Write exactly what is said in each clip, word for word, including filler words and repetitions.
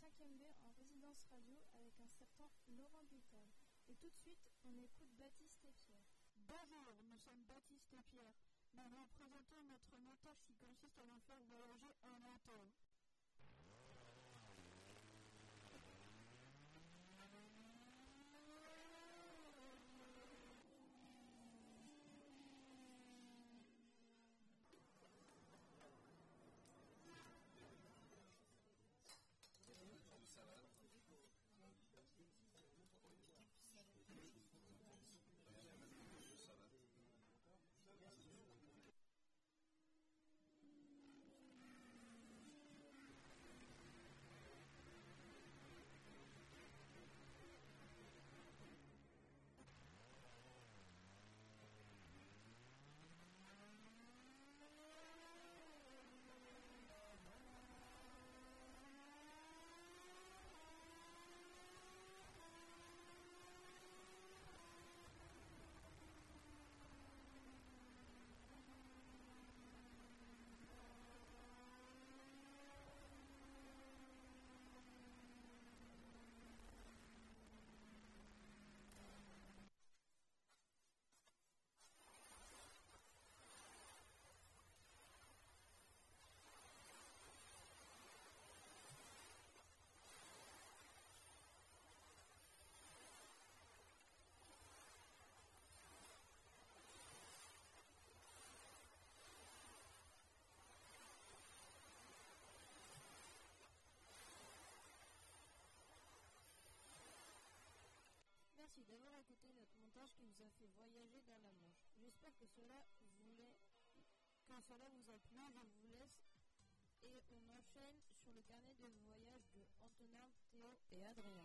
cinquième B en résidence radio avec un certain Laurent Dutal. Et tout de suite, on écoute Baptiste et Pierre. Bonjour, nous sommes Baptiste et Pierre. Nous vous présentons notre montage qui consiste à vous faire voyager en auto. Merci d'avoir écouté notre montage qui vous a fait voyager dans la Manche. J'espère que cela, voulait, que cela vous a plu. Je vous laisse et on enchaîne sur le carnet de voyage de Antonin, Théo et Adrien.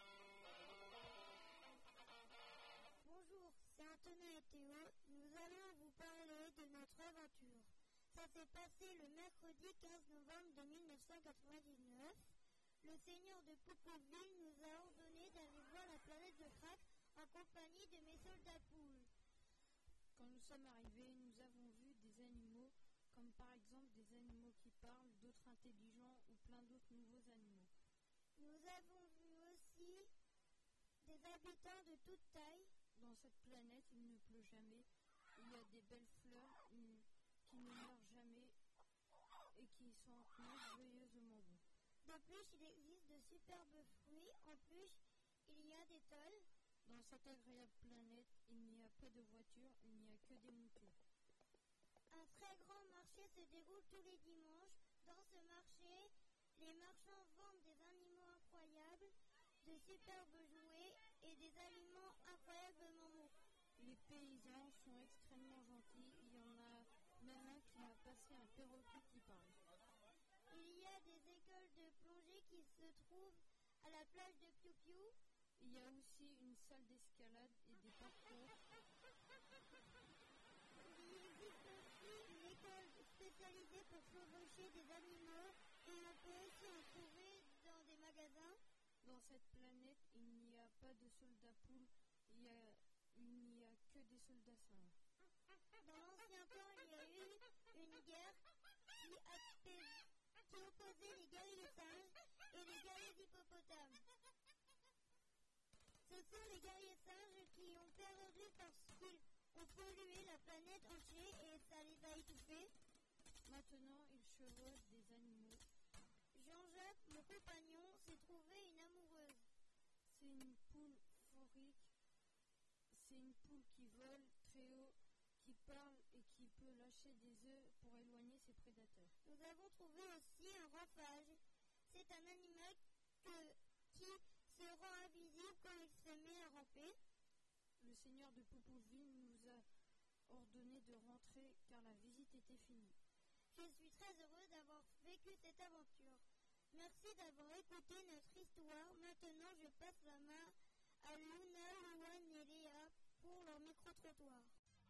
Bonjour, c'est Antonin et Théo. Nous allons vous parler de notre aventure. Ça s'est passé le mercredi quinze novembre de mille neuf cent quatre-vingt-dix-neuf. Le seigneur de Poupouville nous a ordonné d'aller voir la planète de Krak en compagnie de mes soldats poules. Quand nous sommes arrivés, nous avons vu des animaux, comme par exemple des animaux qui parlent, d'autres intelligents ou plein d'autres nouveaux animaux. Nous avons vu aussi des habitants de toute taille. Dans cette planète, il ne pleut jamais. Il y a des belles fleurs une, qui ne meurent jamais et qui sont merveilleusement beaux. De plus, il existe de superbes fruits. En plus, il y a des tôles. Dans cette agréable planète, il n'y a pas de voitures, il n'y a que des moutons. Un très grand marché se déroule tous les dimanches. Dans ce marché, les marchands vendent des animaux incroyables, de superbes jouets et des aliments incroyablement beaux. Les paysans sont extrêmement gentils. Il y en a même un qui a passé un perroquet qui parle. Il y a des écoles de plongée qui se trouvent à la plage de Piu Piu. Il y a aussi une salle d'escalade et des parcours. Il existe aussi une école spécialisée pour chevaucher des animaux et on peut aussi en trouver dans des magasins. Dans cette planète, il n'y a pas de soldats poules, il, y a, il n'y a que des soldats singes. Dans l'ancien temps, il y a eu une guerre qui a qui opposait les guerriers singes et les guerriers hippopotames. Ce sont les guerriers singes qui ont perdu parce qu'ils ont pollué la planète entière et ça les a étouffés. Maintenant, ils chevauchent des animaux. Jean-Jacques, mon compagnon, s'est trouvé une amoureuse. C'est une poule faurique. C'est une poule qui vole très haut, qui parle et qui peut lâcher des œufs pour éloigner ses prédateurs. Nous avons trouvé aussi un ramphage. C'est un animal que, qui se rend invisible quand il se met à ramper. Le seigneur de Poupouville nous a ordonné de rentrer car la visite était finie. Je suis très heureux d'avoir vécu cette aventure. Merci d'avoir écouté notre histoire. Maintenant, je passe la main à Luna, Louane et Léa pour leur micro-trottoir.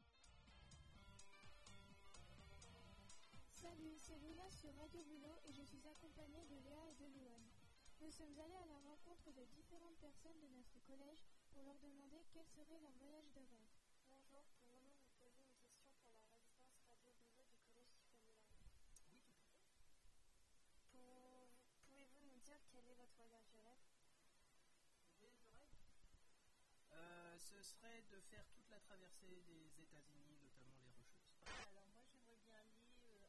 Salut, c'est Luna sur Radio Boulot et je suis accompagnée de Léa et de Louane. Nous sommes allés à la rencontre de différentes personnes de notre collège pour leur demander quel serait leur voyage de rêve. Bonjour, pouvons-nous vous poser une question pour la résidence Radio Boulot du collège Tiffany Laurent? Oui, tout à fait. Pour... Pouvez-vous nous dire quel est votre Ce serait de faire toute la traversée des États-Unis, notamment les Rocheuses. Alors moi j'aimerais bien aller euh,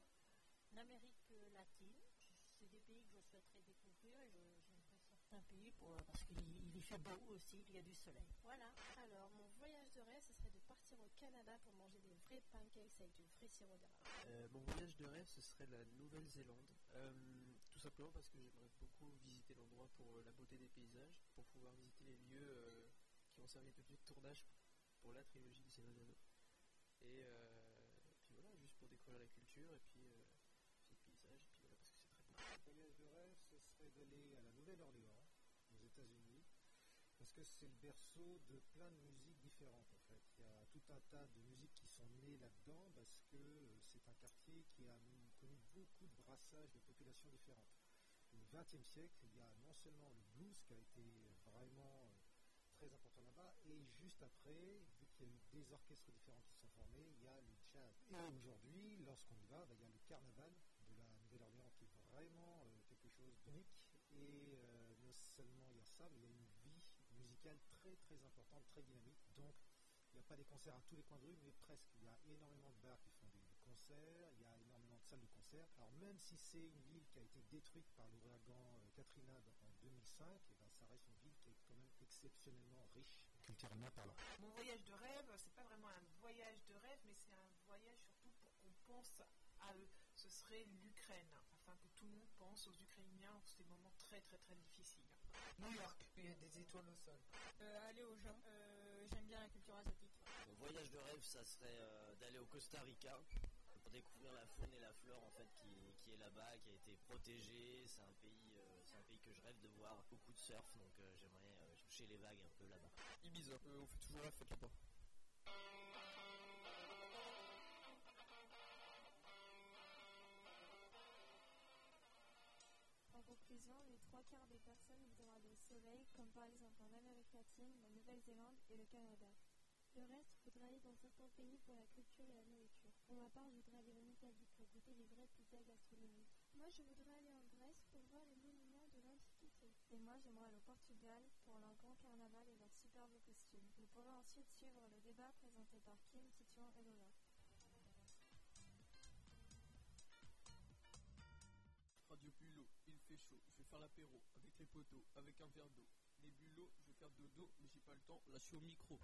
en Amérique latine. C'est des pays que je souhaiterais découvrir et je, j'aimerais certains pays pour, parce qu'il il y fait beau aussi, il y a du soleil. Voilà. Alors, mon voyage de rêve, ce serait de partir au Canada pour manger des vrais pancakes avec du vrai sirop d'érable. Euh, mon voyage de rêve, ce serait la Nouvelle-Zélande. Euh, tout simplement parce que j'aimerais beaucoup visiter l'endroit pour euh, la beauté des paysages, pour pouvoir visiter les lieux euh, qui ont servi de lieu de tournage pour la trilogie du Seigneur des Anneaux. Et euh, puis voilà, juste pour découvrir la culture et puis, euh, puis le paysage, et puis voilà, parce que c'est très beau. Mon voyage de rêve, ce serait d'aller à la Nouvelle-Orléans, aux États-Unis, parce que c'est le berceau de plein de musiques différentes en fait. Il y a tout un tas de musiques qui sont nées là-dedans parce que euh, c'est un quartier qui a connu beaucoup de brassages de populations différentes. Au vingtième siècle, il y a non seulement le blues qui a été vraiment euh, très important là-bas, et juste après, vu qu'il y a eu des orchestres différents qui se sont formés, il y a le jazz. Et aujourd'hui, lorsqu'on y va, bah, il y a le carnaval de la Nouvelle-Orléans qui est vraiment euh, quelque chose d'unique. Et euh, non seulement il y a ça, mais il y a une vie musicale très très importante, très dynamique. Donc il n'y a pas des concerts à tous les coins de rue, mais presque. Il y a énormément de bars qui font des, des concerts, il y a énormément de salles de concert. Alors même si c'est une ville qui a été détruite par l'ouragan euh, Katrina en deux mille cinq, et ben, ça reste une ville qui est quand même exceptionnellement riche, culturellement parlant. Mon voyage de rêve, c'est pas vraiment un voyage de rêve, mais c'est un voyage surtout pour qu'on pense à eux. Ce serait l'Ukraine, afin que tout le monde pense aux Ukrainiens en ces moments très très très difficiles. New York, il y a des étoiles au sol. Euh, aller au Japon. Euh, j'aime bien la culture asiatique. Mon voyage de rêve, ça serait euh, d'aller au Costa Rica pour découvrir la faune et la flore en fait qui, qui est là-bas, qui a été protégée. C'est un pays, euh, c'est un pays que je rêve de voir. Beaucoup de surf, donc euh, j'aimerais euh, toucher les vagues un peu là-bas. Ibiza, euh, on fait toujours la fête là-bas. En conclusion, les trois quarts des personnes voudront aller au soleil, comme par exemple en Amérique latine, la Nouvelle-Zélande et le Canada. Le reste voudra aller dans certains pays pour la culture et la nourriture. Pour ma part, je voudrais aller en Italie pour goûter les vraies pizzas gastronomiques. Moi, je voudrais aller en Grèce pour voir les monuments de l'Antiquité. Et moi, j'aimerais aller au Portugal pour leur grand carnaval et leurs superbes costumes. Vous pourrez ensuite suivre le débat présenté par Kim, Titouan et Lola. Radio Bulot, il fait chaud, je vais faire l'apéro, avec les poteaux, avec un verre d'eau. Les bulots, je vais faire dodo, mais j'ai pas le temps, là je suis au micro.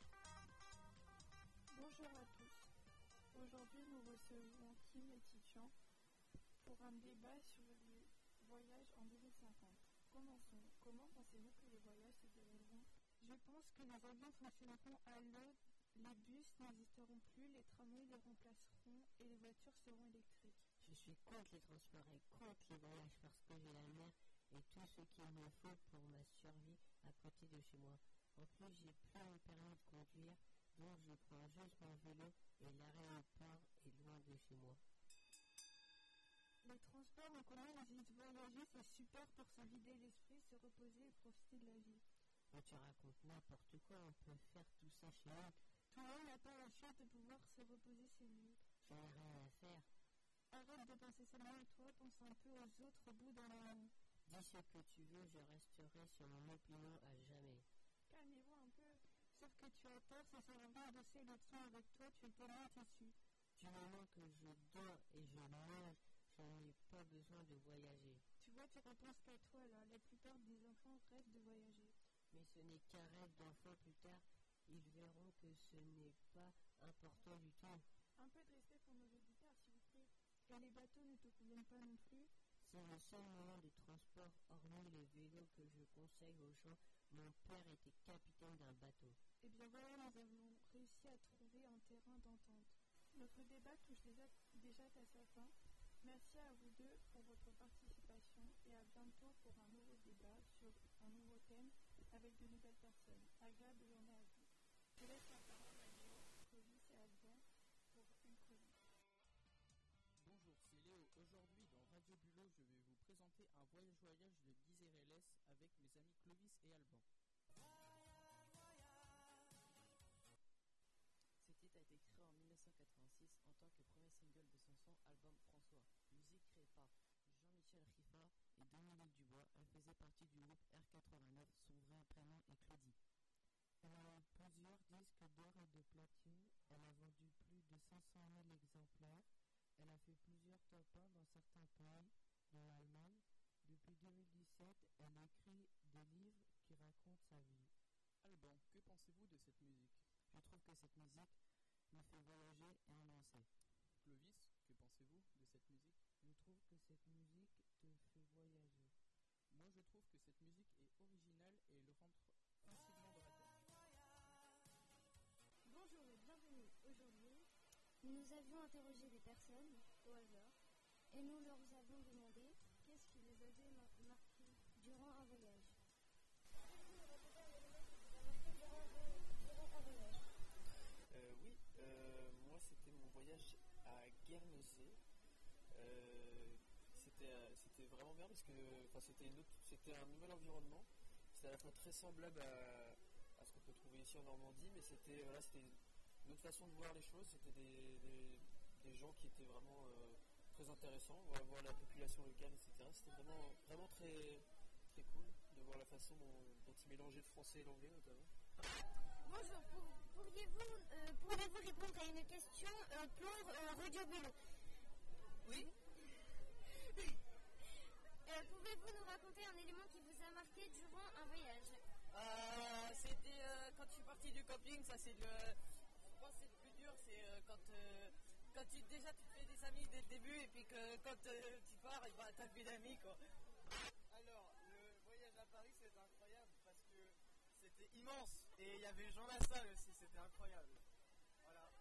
Bonjour à tous. Aujourd'hui, nous recevons Kim et Titian pour un débat sur les voyages en deux mille cinquante. Commençons. Comment pensez-vous que les voyages se dérouleront? Je pense que les avions fonctionneront à l'eau, les bus n'existeront plus, les tramways les remplaceront et les voitures seront électriques. Je suis contre les transports et contre les voyages parce que j'ai la mer et tout ce qu'il me faut pour ma survie à côté de chez moi. En plus, j'ai plus mon permis de conduire, donc je prends juste mon vélo et l'aéroport est loin de chez moi. Les transports en commun, les voyager, c'est super pour se vider l'esprit, se reposer et profiter de la vie. Mais tu racontes n'importe quoi, on peut faire tout ça chez nous. Tout le monde n'a pas la chance de pouvoir se reposer chez lui. J'en ai rien à faire. Arrête de penser seulement à toi, pense un peu aux autres au bout d'un moment. Dis ce que tu veux, je resterai sur mon opinion à jamais. Calmez-vous un peu. Sauf que tu as peur, ça sert à rien d'essayer le train avec toi, tu es tellement têtu. Du moment que je dors et je mange, je n'ai pas besoin de voyager. Tu vois, tu repenses qu'à toi là. La plupart des enfants rêvent de voyager. Mais ce n'est qu'un rêve d'enfant plus tard. Ils verront que ce n'est pas important du tout. Un peu de respect pour nos auditeurs, s'il vous plaît. Et les bateaux ne te conviennent pas non plus? C'est le seul moyen de transport, hormis les vélos, que je conseille aux gens. Mon père était capitaine d'un bateau. Eh bien voilà, nous avons réussi à trouver un terrain d'entente. Notre débat touche déjà, déjà à sa fin. Merci à vous deux pour votre participation et à bientôt pour un nouveau débat sur un nouveau thème avec de nouvelles personnes. Agréable journée à vous. Je laisse la parole à Léo, Clovis et Alban pour une chronique. Bonjour, c'est Léo. Aujourd'hui, dans Radio Bulot, je vais vous présenter un voyage-voyage de Guise R L S avec mes amis Clovis et Alban. Cet hit a été créé en dix-neuf cent quatre-vingt-six en tant que premier single de son son album François. Musique créée par Jean-Michel Riffa et Dominique Dubois. Elle faisait partie du groupe R quatre-vingt-neuf. Son vrai prénom est Claudie. Elle a d'or et de platine. Elle a vendu plus de cinq cent mille exemplaires. Elle a fait plusieurs top un dans certains pays, dont l'Allemagne. Depuis deux mille dix-sept, elle écrit des livres qui racontent sa vie. Alban, que pensez-vous de cette musique? Je trouve que cette musique me fait voyager et avancer. Clovis, que pensez-vous de cette musique? Je trouve que cette musique te fait voyager. Moi, je trouve que cette musique est originale et elle rentre facilement dans la tête. Bonjour et bienvenue. Aujourd'hui, nous avions interrogé des personnes au hasard et nous leur avons demandé qu'est-ce qui les avait mar- marqués durant un voyage. Euh, oui, euh, moi c'était mon voyage à Guernesey. Euh, c'était, euh, c'était vraiment bien parce que c'était, une autre, c'était un nouvel environnement. C'était à la fois très semblable à, à ce qu'on peut trouver ici en Normandie, mais c'était, voilà, c'était une autre façon de voir les choses. C'était des, des, des gens qui étaient vraiment euh, très intéressants, voir, voir la population locale, et cetera. C'était vraiment, vraiment très, très cool de voir la façon dont, dont ils mélangeaient le français et l'anglais notamment. Bonjour, pour- pourriez-vous, euh, pourriez-vous répondre à une question euh, pour euh, Radio Bulo? Oui. Euh, Pouvez-vous nous raconter un élément qui vous a marqué durant un voyage? Euh, c'était euh, quand je suis partie du camping, ça c'est le. Je pense que c'est le plus dur, c'est euh, quand, euh, quand tu, déjà tu te fais des amis dès le début et puis que quand euh, tu pars, et bah, t'as plus d'amis quoi. Alors, le voyage à Paris c'était incroyable parce que c'était immense et il y avait Jean Lassalle aussi, c'était incroyable. Voilà.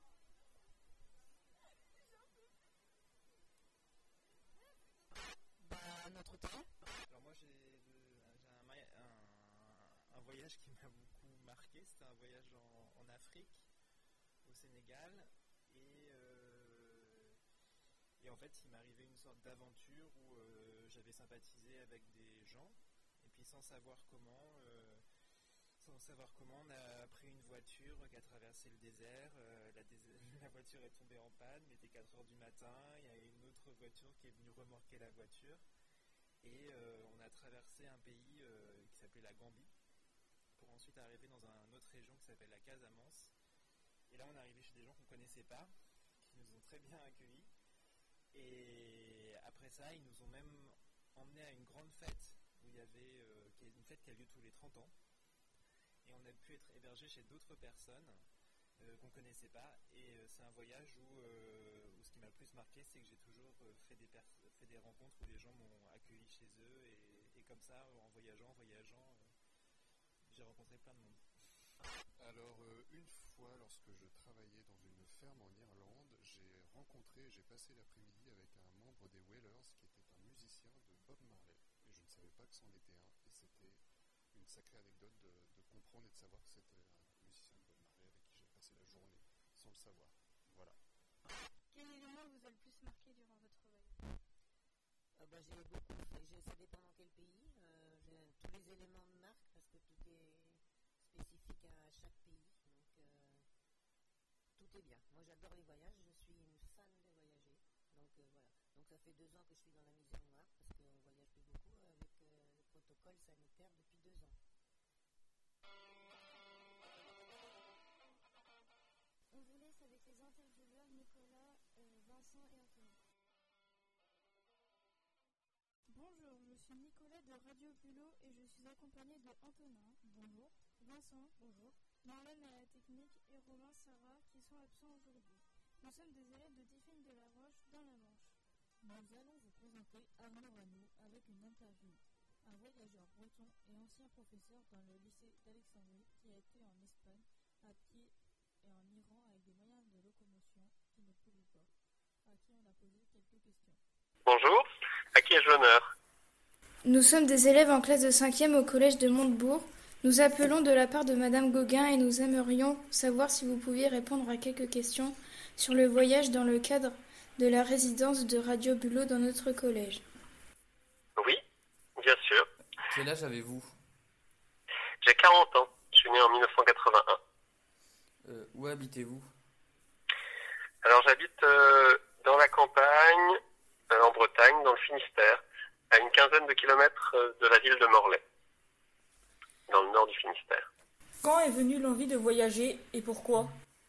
Bah, notre temps. Alors moi j'ai, de- j'ai un, ma- un- un voyage qui m'a beaucoup marqué, c'était un voyage en, en Afrique, au Sénégal, et, euh, et en fait il m'arrivait une sorte d'aventure où euh, j'avais sympathisé avec des gens, et puis sans savoir comment, euh, sans savoir comment on a pris une voiture qui a traversé le désert, euh, la, dés- la voiture est tombée en panne, il était quatre heures du matin, il y a une autre voiture qui est venue remorquer la voiture. Et euh, on a traversé un pays euh, qui s'appelait la Gambie pour ensuite arriver dans un- une autre région qui s'appelle la Casamance. Et là on est arrivé chez des gens qu'on ne connaissait pas, qui nous ont très bien accueillis. Et après ça, ils nous ont même emmenés à une grande fête où il y avait euh, qui est une fête qui a lieu tous les trente ans. Et on a pu être hébergés chez d'autres personnes euh, qu'on ne connaissait pas. Et euh, c'est un voyage où, euh, où ce qui m'a le plus marqué, c'est que j'ai toujours euh, fait, des pers- fait des rencontres où les gens m'ont accueilli chez eux. Et, et comme ça, en voyageant, en voyageant, euh, j'ai rencontré plein de monde. Alors, euh, une fois, lorsque je travaillais dans une ferme en Irlande, j'ai rencontré, j'ai passé l'après-midi avec un membre des Wailers qui était un musicien de Bob Marley. Et je ne savais pas que c'en était un. Et c'était une sacrée anecdote de, de comprendre et de savoir que c'était un musicien de Bob Marley avec qui j'ai passé la journée sans le savoir. Voilà. Quel élément vous a le plus marqué durant votre voyage? Euh, bah, j'ai beaucoup fait, j'ai- ça dépend dans quel pays. Euh, j'ai- tous les éléments me marquent parce que tout est spécifique à chaque pays. Donc euh, tout est bien. Moi j'adore les voyages, je suis une fan de voyager. Donc euh, voilà. Donc ça fait deux ans que je suis dans la misère noire parce qu'on ne voyage plus beaucoup avec euh, le protocole sanitaire depuis deux ans. On vous laisse avec les intervieweurs Nicolas, euh, Vincent et Anthony. Bonjour, je suis Nicolas de Radio Bulo et je suis accompagné de Antonin. Bonjour. Vincent. Bonjour. Marlène à la technique et Romain Sarah qui sont absents aujourd'hui. Nous sommes des élèves de Diffine de la Roche dans la Manche. Nous allons vous présenter Arnaud Ranou avec une interview. Un voyageur breton et ancien professeur dans le lycée d'Alexandrie qui a été en Espagne, à pied et en Iran avec des moyens de locomotion qui ne polluent pas, à qui on a posé quelques questions. Bonjour, à qui ai-je l'honneur? Nous sommes des élèves en classe de cinquième au collège de Montebourg. Nous appelons de la part de Madame Gauguin et nous aimerions savoir si vous pouviez répondre à quelques questions sur le voyage dans le cadre de la résidence de Radio Bulo dans notre collège. Oui, bien sûr. Quel âge avez-vous? J'ai quarante ans, je suis né en mille neuf cent quatre-vingt-un. Euh, où habitez-vous? Alors j'habite euh, dans la campagne, euh, en Bretagne, dans le Finistère, à une quinzaine de kilomètres euh, de la ville de Morlaix, dans le nord du Finistère. Quand est venue l'envie de voyager et pourquoi?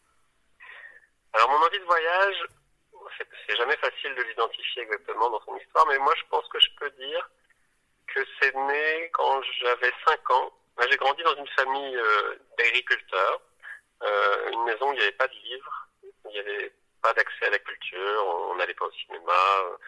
Alors mon envie de voyage, c'est, c'est jamais facile de l'identifier exactement dans son histoire, mais moi je pense que je peux dire que c'est né quand j'avais cinq ans. Moi, j'ai grandi dans une famille euh, d'agriculteurs, euh, une maison où il n'y avait pas de livres, il n'y avait pas d'accès à la culture, on n'allait pas au cinéma.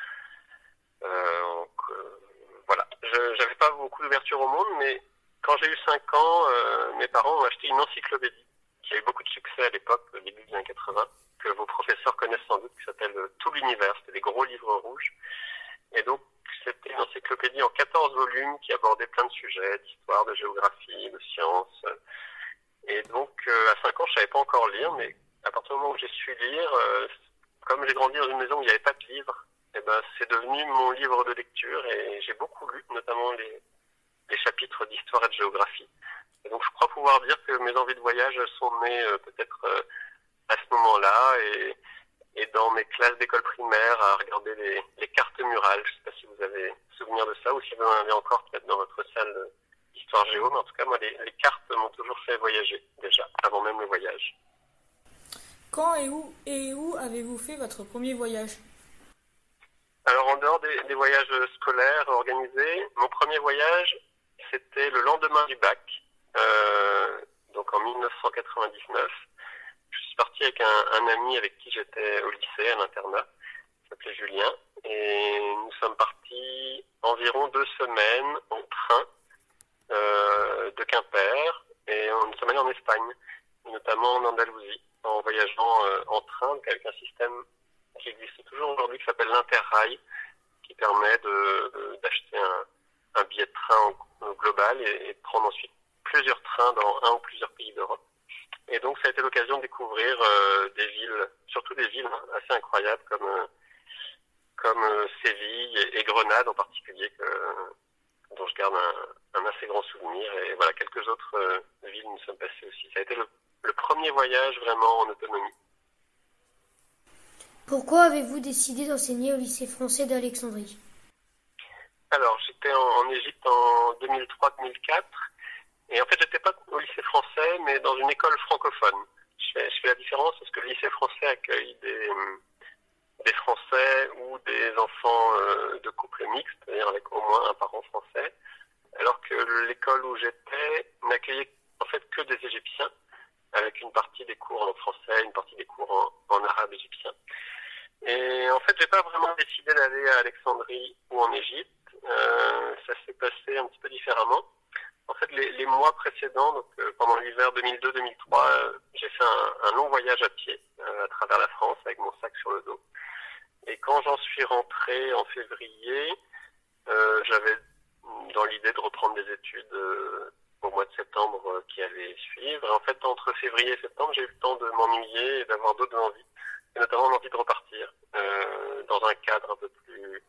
Euh, donc, euh, voilà, je j'avais pas beaucoup d'ouverture au monde, mais quand j'ai eu cinq ans, euh, mes parents ont acheté une encyclopédie qui a eu beaucoup de succès à l'époque, au début des années quatre-vingts, que vos professeurs connaissent sans doute, qui s'appelle euh, Tout l'univers. C'était des gros livres rouges. Et donc, c'était une encyclopédie en quatorze volumes qui abordait plein de sujets, d'histoire, de géographie, de sciences. Et donc, euh, à cinq ans, je savais pas encore lire, mais à partir du moment où j'ai su lire, euh, comme j'ai grandi dans une maison où il n'y avait pas de livres, eh ben, c'est devenu mon livre de lecture et j'ai beaucoup lu, notamment les, les chapitres d'histoire et de géographie. Et donc, je crois pouvoir dire que mes envies de voyage sont nées euh, peut-être euh, à ce moment-là et, et dans mes classes d'école primaire à regarder les, les cartes murales. Je ne sais pas si vous avez souvenir de ça ou si vous en avez encore peut-être dans votre salle d'histoire géo, mais en tout cas, moi, les, les cartes m'ont toujours fait voyager, déjà, avant même le voyage. Quand et où, et où avez-vous fait votre premier voyage? Alors, en dehors des, des voyages scolaires organisés, mon premier voyage, c'était le lendemain du bac, euh, donc en mille neuf cent quatre-vingt-dix-neuf. Je suis parti avec un, un ami avec qui j'étais au lycée, à l'internat, qui s'appelait Julien, et nous sommes partis environ deux semaines en train euh, de Quimper, et on, nous sommes allés en Espagne, notamment en Andalousie, en voyageant euh, en train, donc avec un système qui existe toujours aujourd'hui, qui s'appelle l'Interrail, qui permet de, d'acheter un, un billet de train au, global et, et de prendre ensuite plusieurs trains dans un ou plusieurs pays d'Europe. Et donc ça a été l'occasion de découvrir euh, des villes, surtout des villes hein, assez incroyables comme, euh, comme euh, Séville et, et Grenade en particulier, que, dont je garde un, un assez grand souvenir. Et voilà, quelques autres euh, villes nous sommes passés aussi. Ça a été le, le premier voyage vraiment en autonomie. Pourquoi avez-vous décidé d'enseigner au lycée français d'Alexandrie? Alors, j'étais en, en Égypte en deux mille trois deux mille quatre, et en fait, j'étais pas au lycée français, mais dans une école francophone. Je fais, je fais la différence parce que le lycée français accueille des, des Français ou des enfants euh, de couples mixtes, c'est-à-dire avec au moins un parent français, alors que l'école où j'étais n'accueillait en fait que des Égyptiens, avec une partie des cours en français, une partie des cours en, en arabe égyptien. Et en fait, j'ai pas vraiment décidé d'aller à Alexandrie ou en Égypte. Euh, ça s'est passé un petit peu différemment. En fait, les, les mois précédents, donc euh, pendant l'hiver deux mille deux deux mille trois, euh, j'ai fait un, un long voyage à pied euh, à travers la France avec mon sac sur le dos. Et quand j'en suis rentré en février, euh, j'avais dans l'idée de reprendre des études euh, au mois de septembre euh, qui allait suivre. Et en fait, entre février et septembre, j'ai eu le temps de m'ennuyer et d'avoir d'autres envies, et notamment l'envie de repartir euh, dans un cadre un peu plus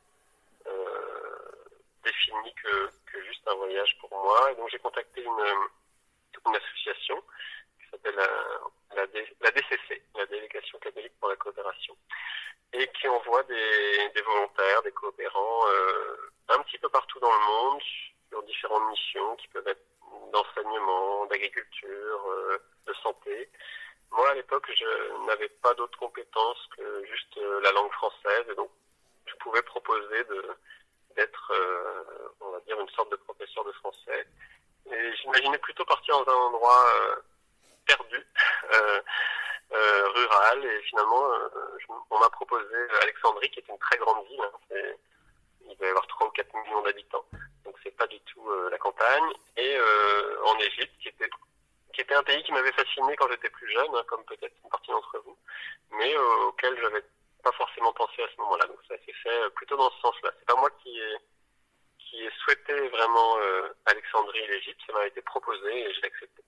euh, défini que, que juste un voyage pour moi. Et donc j'ai contacté une, une association qui s'appelle la, la, D, la D C C, la Délégation catholique pour la coopération, et qui envoie des, des volontaires, des coopérants euh, un petit peu partout dans le monde sur différentes missions qui peuvent être d'enseignement, d'agriculture, euh, de santé. Moi, à l'époque, je n'avais pas d'autres compétences que juste euh, la langue française, et donc je pouvais proposer de, d'être, euh, on va dire, une sorte de professeur de français. Et j'imaginais plutôt partir dans un endroit euh, perdu, euh, euh, rural, et finalement, euh, je, on m'a proposé Alexandrie, qui est une très grande ville, hein, c'est, il doit y avoir trois ou quatre millions d'habitants, donc c'est pas du tout euh, la campagne, et euh, en Égypte, qui était qui était un pays qui m'avait fasciné quand j'étais plus jeune, hein, comme peut-être une partie d'entre vous, mais euh, auquel j'avais pas forcément pensé à ce moment-là. Donc ça s'est fait plutôt dans ce sens-là. C'est pas moi qui ai, qui ai souhaité vraiment euh, Alexandrie et l'Égypte, ça m'a été proposé et j'ai accepté.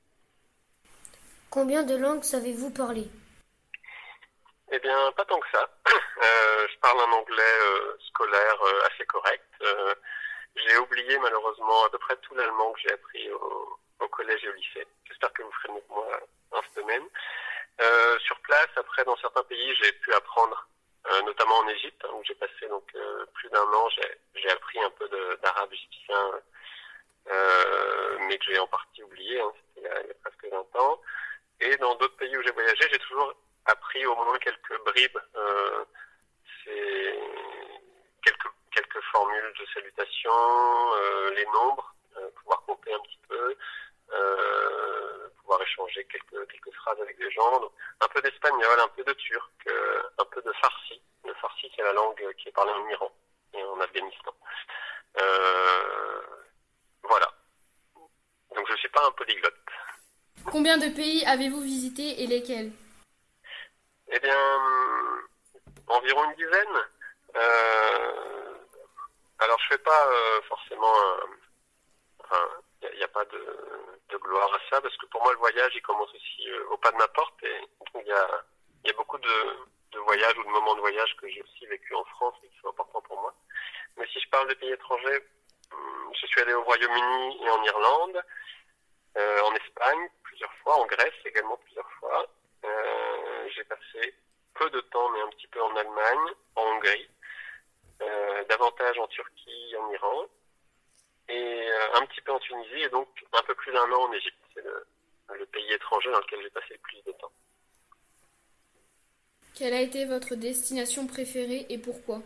Combien de langues savez-vous parler? Eh bien, pas tant que ça. Euh, je parle un anglais euh, scolaire euh, assez correct. Euh, j'ai oublié malheureusement à peu près tout l'allemand que j'ai appris au, au collège et au lycée. J'espère que vous ferez mieux que moi dans ce domaine. Euh, sur place, après, dans certains pays, j'ai pu apprendre, euh, notamment en Égypte, hein, où j'ai passé donc euh, plus d'un an. J'ai, j'ai appris un peu de, d'arabe égyptien euh, mais que j'ai en partie oublié, hein, c'était il y, a, il y a presque vingt ans. Et dans d'autres pays où j'ai voyagé, j'ai toujours appris au moins quelques bribes, euh, c'est quelques, quelques formules de salutation, euh, les nombres, euh, pouvoir compter un petit peu, euh, pouvoir échanger quelques, quelques phrases avec des gens, donc, un peu d'espagnol, un peu de turc, euh, un peu de farsi. Le farsi, c'est la langue qui est parlée en Iran et en Afghanistan. Euh, voilà. Donc je suis pas un polyglotte. Combien de pays avez-vous visité et lesquels? Eh bien, environ une dizaine. Euh, alors je fais pas euh, forcément un... Enfin, il n'y a, a pas de, de gloire à ça, parce que pour moi le voyage il commence aussi euh, au pas de ma porte, et il y a, y a beaucoup de, de voyages ou de moments de voyage que j'ai aussi vécu en France et qui sont importants pour moi. Mais si je parle de pays étrangers, je suis allé au Royaume-Uni et en Irlande, euh, en Espagne plusieurs fois, en Grèce également plusieurs fois. Euh, j'ai passé peu de temps, mais un petit peu en Allemagne, en Hongrie, euh, davantage en Turquie, en Iran, et euh, un petit peu en Tunisie, et donc un peu plus d'un an en Égypte. C'est le, le pays étranger dans lequel j'ai passé le plus de temps. Quelle a été votre destination préférée et pourquoi?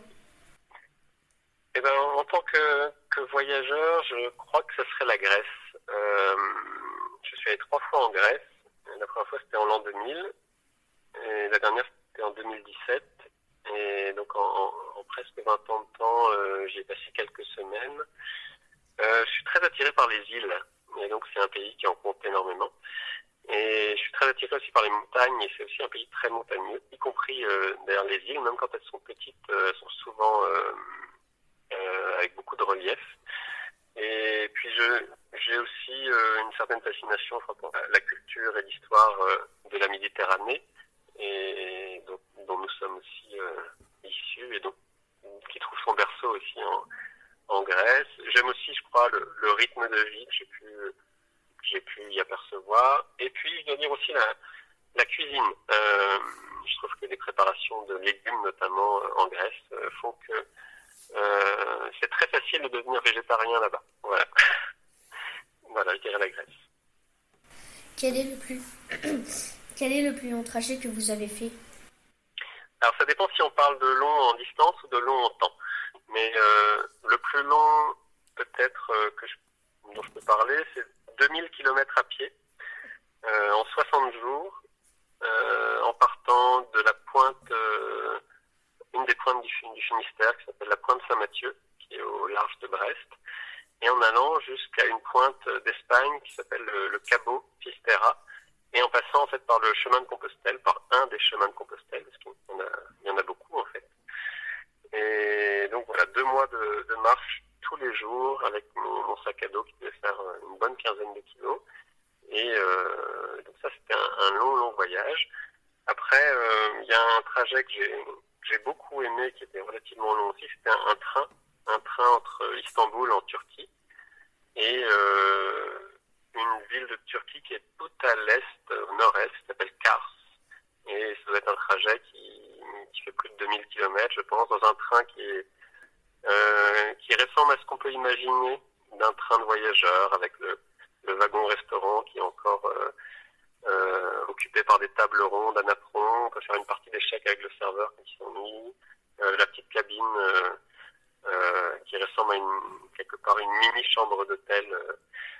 Eh ben, en tant que, que voyageur, je crois que ce serait la Grèce. Euh, je suis allé trois fois en Grèce. La première fois, c'était en l'an deux mille. Et la dernière, c'était en deux mille dix-sept. Et donc, en, en, en presque vingt ans de temps, euh, j'y ai passé quelques semaines. Euh, je suis très attiré par les îles. Et donc, c'est un pays qui en compte énormément. Et je suis très attiré aussi par les montagnes. Et c'est aussi un pays très montagneux, y compris euh, d'ailleurs les îles. Même quand elles sont petites, euh, elles sont souvent... Euh, Euh, avec beaucoup de relief. Et puis je j'ai aussi euh, une certaine fascination enfin, pour la culture et l'histoire euh, de la Méditerranée, et donc, dont nous sommes aussi euh, issus, et donc qui trouve son berceau aussi en, en Grèce. J'aime aussi, je crois, le, le rythme de vie que j'ai pu que j'ai pu y apercevoir. Et puis je dois dire aussi la la cuisine. Euh, je trouve que les préparations de légumes, notamment euh, en Grèce, euh, font que Euh, c'est très facile de devenir végétarien là-bas. Voilà. Voilà, je dirais la Grèce. Quel est le plus Quel est le plus long trajet que vous avez fait? Alors ça dépend si on parle de long en distance ou de long en temps. Mais euh, le plus long peut-être euh, que je, dont je peux parler, c'est deux mille kilomètres à pied euh, en soixante jours, euh, en partant de la pointe euh, une des pointes du, du Finistère qui s'appelle la pointe Saint-Mathieu, qui est au large de Brest, et en allant jusqu'à une pointe d'Espagne qui s'appelle le, le Cabo Fistera, et en passant en fait par le chemin de Compostelle, par un des chemins de Compostelle, parce qu'il y en a, il y en a beaucoup en fait. Et donc voilà, deux mois de, de marche tous les jours avec mon, mon sac à dos qui devait faire une bonne quinzaine de kilos. Et euh, donc ça c'était un, un long long voyage. Après il euh, y a un trajet que j'ai j'ai beaucoup aimé, qui était relativement long aussi, c'était un, un train, un train entre Istanbul en Turquie et euh, une ville de Turquie qui est tout à l'est, au nord-est, qui s'appelle Kars. Et ça doit être un trajet qui, qui fait plus de deux mille kilomètres, je pense, dans un train qui est euh, qui ressemble à ce qu'on peut imaginer d'un train de voyageurs, avec le, le wagon-restaurant qui est encore euh, Euh, occupé par des tables rondes à napperon. On peut faire une partie d'échecs avec le serveur quand ils sont mis. Euh, la petite cabine euh, euh, qui ressemble à une, quelque part une mini chambre d'hôtel euh,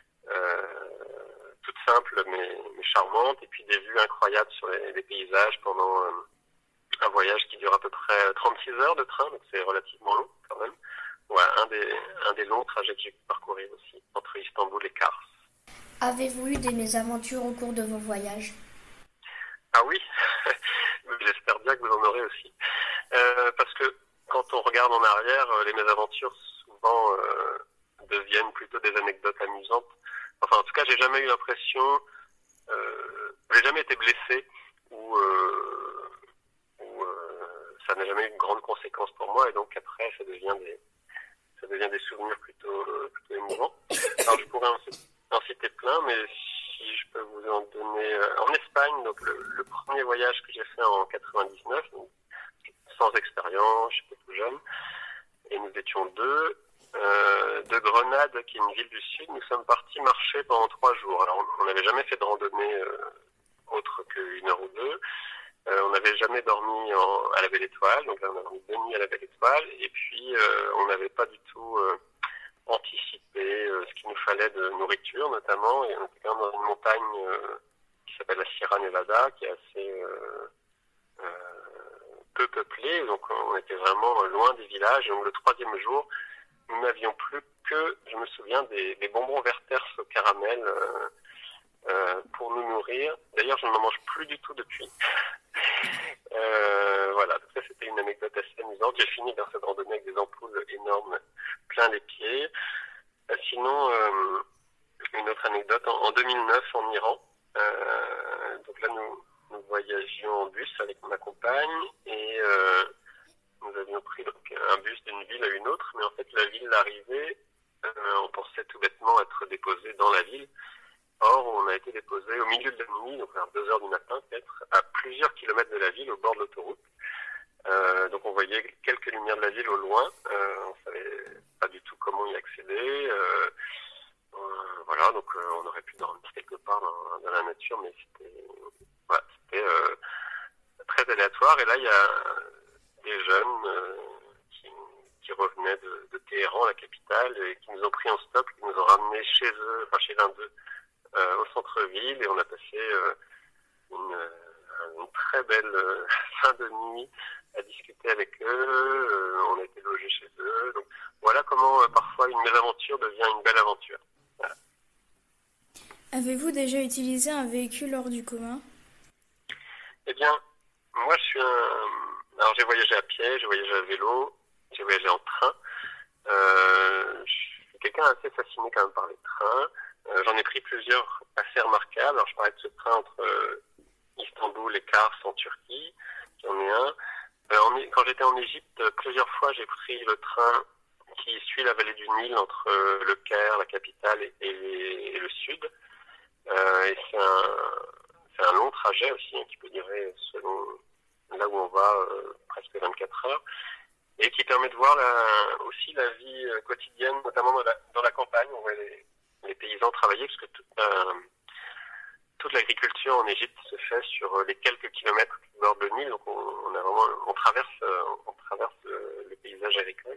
euh, toute simple mais, mais charmante, et puis des vues incroyables sur les, les paysages pendant euh, un voyage qui dure à peu près trente-six heures de train, donc c'est relativement long quand même. Ouais, un des, un des longs trajets que j'ai pu parcourir aussi entre Istanbul et Kars. Avez-vous eu des mésaventures au cours de vos voyages? Ah oui, j'espère bien que vous en aurez aussi. Euh, parce que quand on regarde en arrière, les mésaventures souvent euh, deviennent plutôt des anecdotes amusantes. Enfin, en tout cas, j'ai jamais eu l'impression, euh, j'ai jamais été blessé ou, euh, ou euh, ça n'a jamais eu de grandes conséquences pour moi, et donc après, ça devient des, ça devient des souvenirs plutôt, plutôt émouvants. Alors, je pourrais en en citer plein, mais si je peux vous en donner... Euh, en Espagne, donc le, le premier voyage que j'ai fait en quatre-vingt-dix-neuf, donc, sans expérience, j'étais tout jeune, et nous étions deux, euh, de Grenade, qui est une ville du sud, nous sommes partis marcher pendant trois jours. Alors on n'avait jamais fait de randonnée euh, autre qu'une heure ou deux. Euh, on n'avait jamais dormi en, à la Belle Étoile, donc là on a dormi deux nuits à la Belle Étoile, et puis euh, on n'avait pas du tout euh, anticipé euh, ce qu'il nous fallait de nourriture notamment, et on était quand même dans une montagne euh, qui s'appelle la Sierra Nevada, qui est assez euh, euh, peu peuplée, donc on était vraiment loin des villages, et donc le troisième jour, nous n'avions plus que, je me souviens, des, des bonbons Werther's au caramel euh, euh, pour nous nourrir. D'ailleurs, je ne m'en mange plus du tout depuis. euh, voilà, donc ça c'était une anecdote assez amusante. J'ai fini dans cette randonnée avec des ampoules énormes plein les pieds. Euh, sinon, euh, une autre anecdote, en, en deux mille neuf en Iran, euh, donc là nous, nous voyagions en bus avec ma compagne et euh, nous avions pris donc, un bus d'une ville à une autre, mais en fait la ville d'arrivée, euh, on pensait tout bêtement être déposé dans la ville. Or, on a été déposé au milieu de la nuit, donc vers deux heures du matin peut-être, à plusieurs kilomètres de la ville, au bord de l'autoroute. Euh, donc on voyait quelques lumières de la ville au loin, euh, on savait pas du tout comment y accéder. Euh, euh, voilà, donc euh, on aurait pu dormir quelque part dans, dans la nature, mais c'était, voilà, c'était euh, très aléatoire. Et là, il y a des jeunes euh, qui, qui revenaient de, de Téhéran, la capitale, et qui nous ont pris en stop, qui nous ont ramenés chez eux, enfin chez l'un d'eux, euh, au centre-ville, et on a passé euh, une, une très belle euh, fin de nuit à discuter avec eux, euh, on a été logés chez eux. Donc voilà comment euh, parfois une mésaventure devient une belle aventure. Voilà. Avez-vous déjà utilisé un véhicule hors du commun? Eh bien, moi je suis un... Alors j'ai voyagé à pied, j'ai voyagé à vélo, j'ai voyagé en train. Euh, je suis quelqu'un assez fasciné quand même par les trains. Euh, j'en ai pris plusieurs assez remarquables. Alors je parlais de ce train entre euh, Istanbul et Kars en Turquie, j'en ai un. Euh, en, quand j'étais en Égypte, plusieurs fois j'ai pris le train qui suit la vallée du Nil entre euh, le Caire, la capitale, et, et, et le sud. Euh, et c'est un, c'est un long trajet aussi, hein, qui peut durer selon là où on va euh, presque vingt-quatre heures, et qui permet de voir la, aussi la vie euh, quotidienne, notamment dans la, dans la campagne. On voit les, les paysans travailler, parce que tout, euh, toute l'agriculture en Égypte se fait sur les quelques kilomètres qui bordent le Nil, donc on, on a vraiment, on traverse, on traverse le, le paysage agricole.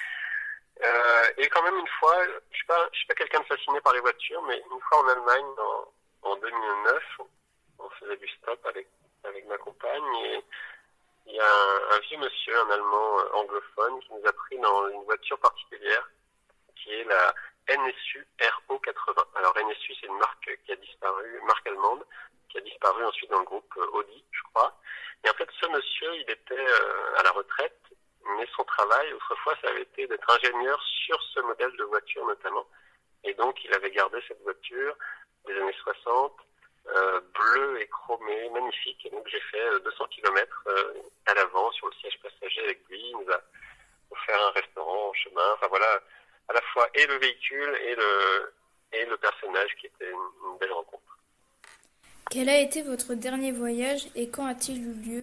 Euh, et quand même une fois, je suis pas, je suis pas quelqu'un de fasciné par les voitures, mais une fois en Allemagne, en, en deux mille neuf, on faisait du stop avec avec ma compagne, et il y a un, un vieux monsieur, un Allemand euh, anglophone, qui nous a pris dans une voiture particulière, qui est la N S U R O quatre-vingts. Alors N S U, c'est une marque qui a disparu, une marque allemande, qui a disparu ensuite dans le groupe Audi, je crois. Et en fait, ce monsieur, il était euh, à la retraite, mais son travail, autrefois, ça avait été d'être ingénieur sur ce modèle de voiture notamment. Et donc, il avait gardé cette voiture des années soixante, euh, bleue et chromée, magnifique. Et donc, j'ai fait euh, deux cents kilomètres euh, à l'avant sur le siège passager avec lui. Il nous a offert un restaurant en chemin. Enfin, voilà, à la fois et le véhicule et le, et le personnage, qui était une, une belle rencontre. Quel a été votre dernier voyage et quand a-t-il eu lieu?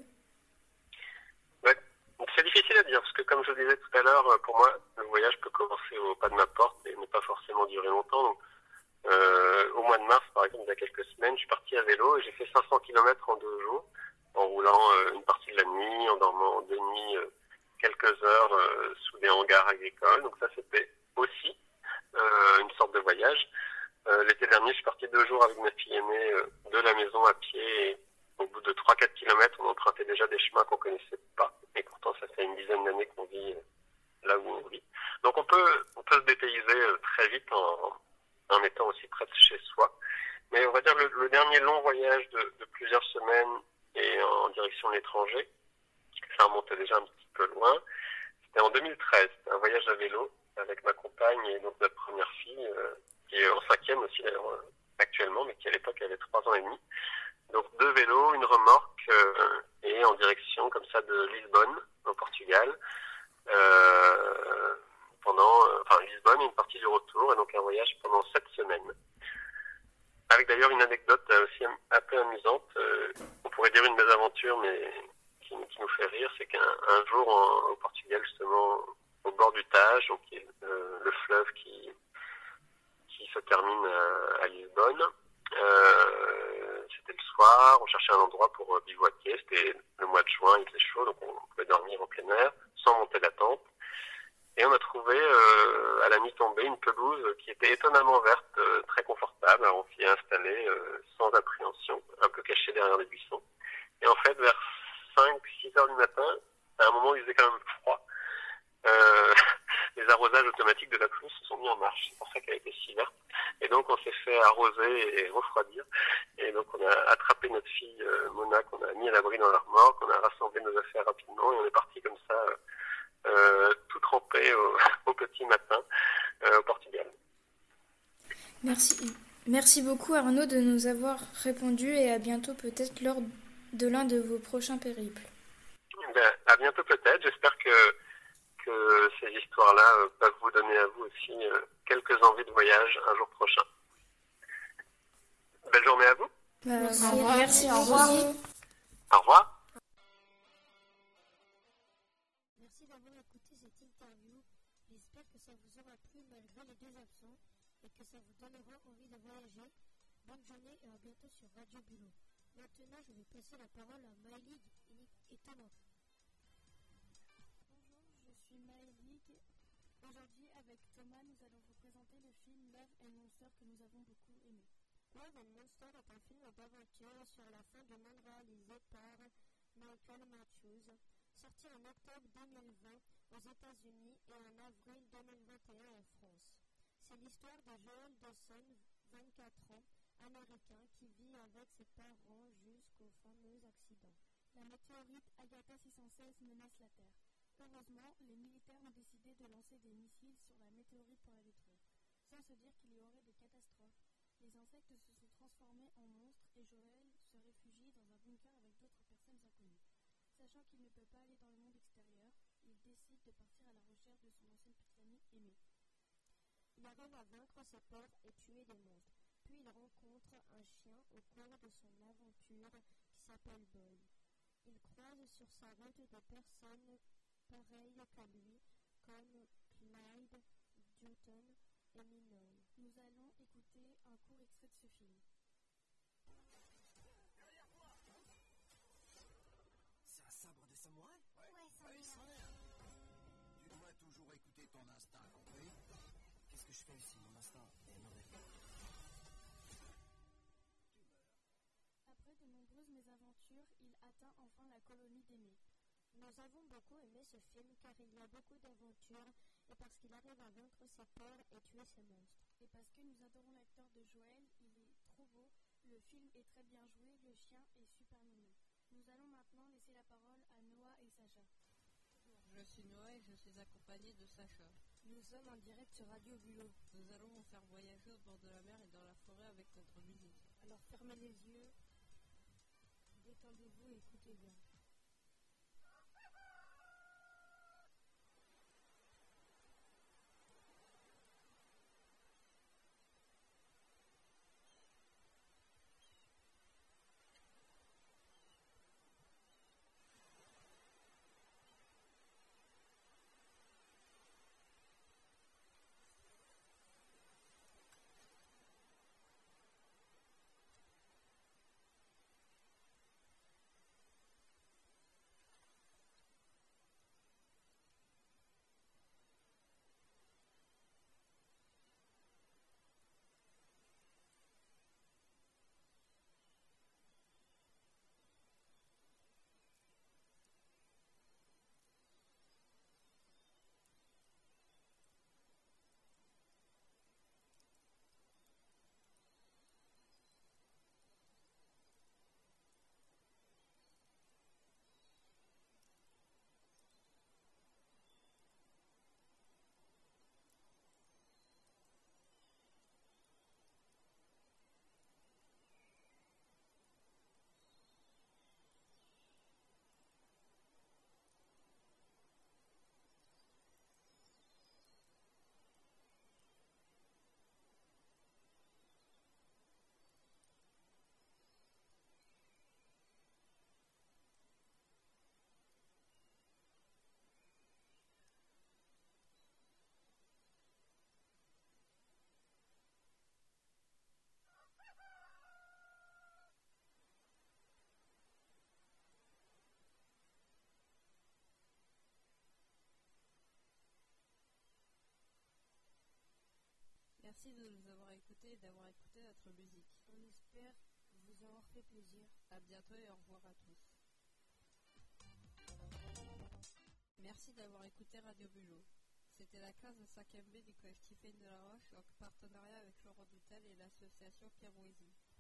Ouais. C'est difficile à dire, parce que comme je le disais tout à l'heure, pour moi, le voyage peut commencer au pas de ma porte et ne pas forcément durer longtemps. Donc, euh, au mois de mars, par exemple, il y a quelques semaines, je suis parti à vélo et j'ai fait cinq cents kilomètres en deux jours, en roulant euh, une partie de la nuit, en dormant deux nuits, euh, quelques heures euh, sous des hangars agricoles. Donc ça, c'était aussi euh, une sorte de voyage. Euh, l'été dernier, je suis parti deux jours avec ma fille aînée euh, de la maison à pied. Et au bout de trois à quatre kilomètres, on empruntait déjà des chemins qu'on connaissait pas. Et pourtant, ça fait une dizaine d'années qu'on vit euh, là où on vit. Donc on peut, on peut se dépayser euh, très vite en, en étant aussi près de chez soi. Mais on va dire le, le dernier long voyage de, de plusieurs semaines et en, en direction de l'étranger, ça remontait déjà un petit peu loin. C'était en deux mille treize, un voyage à vélo avec ma compagne et donc notre première fille, euh, qui est en cinquième aussi d'ailleurs euh, actuellement, mais qui à l'époque avait trois ans et demi. Donc deux vélos, une remorque euh, et en direction comme ça de Lisbonne au Portugal euh, pendant euh, enfin Lisbonne et une partie du retour, et donc un voyage pendant sept semaines. Avec d'ailleurs une anecdote aussi un peu amusante, euh, on pourrait dire une mésaventure, mais qui, qui nous fait rire, c'est qu'un un jour en, au Portugal justement au bord du Tage, donc qui est euh, le fleuve qui, qui se termine à, à Lisbonne. Euh, c'était le soir, on cherchait un endroit pour bivouaquer, c'était le mois de juin, il faisait chaud, donc on pouvait dormir en plein air, sans monter la tente. Et on a trouvé euh, à la nuit tombée une pelouse qui était étonnamment verte, euh, très confortable. Alors on s'y est installé euh, sans appréhension, un peu caché derrière les buissons. Et en fait, vers cinq six heures du matin, à un moment où il faisait quand même froid, euh, les arrosages automatiques de la pelouse se sont mis en marche. C'est pour ça qu'elle était si verte. Et donc on s'est fait arroser et refroidir. Et donc on a attrapé notre fille euh, Mona, qu'on a mis à l'abri dans la remorque, on a rassemblé nos affaires rapidement et on est parti comme ça, euh, euh, tout trempé au, au petit matin euh, au Portugal. Merci. Merci beaucoup Arnaud de nous avoir répondu et à bientôt peut-être lors de l'un de vos prochains périples. Ben, à bientôt peut-être. J'espère que, que ces histoires-là euh, peuvent vous donner à vous aussi euh, quelques envies de voyage un jour prochain. Belle journée à vous. Bah, merci, au revoir. Merci, au revoir. Au revoir. Merci d'avoir écouté cette interview. J'espère que ça vous aura plu malgré les deux absents et que ça vous donnera envie de voyager. Bonne journée et à bientôt sur Radio Bulot. Maintenant, je vais passer la parole à Maëlie et Thomas. Bonjour, je suis Maëlie. Aujourd'hui, avec Thomas, nous allons vous présenter le film Love and Monster que nous avons beaucoup aimé. Love and Monster est un film d'aventure sur la fin du monde réalisé par Michael Matthews, sorti en octobre deux mille vingt aux États-Unis et en avril deux mille vingt et un en France. C'est l'histoire de Joel Dawson, vingt-quatre ans, américain qui vit avec ses parents jusqu'au fameux accident. La météorite Agatha six cent seize menace la Terre. Heureusement, les militaires ont décidé de lancer des missiles sur la météorite pour la détruire, sans se dire qu'il y aurait des catastrophes. Les insectes se sont transformés en monstres et Joel se réfugie dans un bunker avec d'autres personnes inconnues. Sachant qu'il ne peut pas aller dans le monde extérieur, il décide de partir à la recherche de son ancienne petite amie aimée. Il arrive à vaincre ses peurs et tuer des monstres. Puis il rencontre un chien au cours de son aventure qui s'appelle Boy. Il croise sur sa route des personnes pareilles qu'à lui, comme Clyde, Newton et Minoy. Nous allons écouter un court extrait de ce film. C'est un sabre de samouraï? Ouais, ouais, ça ouais, c'en est un. Tu dois toujours écouter ton instinct, compris? Qu'est-ce que je fais ici? Mon instinct est mauvais. Après de nombreuses mésaventures, il atteint enfin la colonie d'Aimé. Nous avons beaucoup aimé ce film car il y a beaucoup d'aventures et parce qu'il arrive à vaincre ses peurs et tuer ses monstres. Et parce que nous adorons l'acteur de Joël, il est trop beau, le film est très bien joué, le chien est super mignon. Nous allons maintenant laisser la parole à Noah et Sacha. Je suis Noah et je suis accompagnée de Sacha. Nous sommes en direct sur Radio Bulot. Nous allons vous faire voyager au bord de la mer et dans la forêt avec notre musique. Alors fermez les yeux, détendez-vous et écoutez bien. Merci de nous avoir écoutés et d'avoir écouté notre musique. On espère vous avoir fait plaisir. À bientôt et au revoir à tous. Merci d'avoir écouté Radio Bulot. C'était la classe de cinquième B du collectif Haine de la Roche en partenariat avec Laurent Dutel et l'association Pierre Moisy.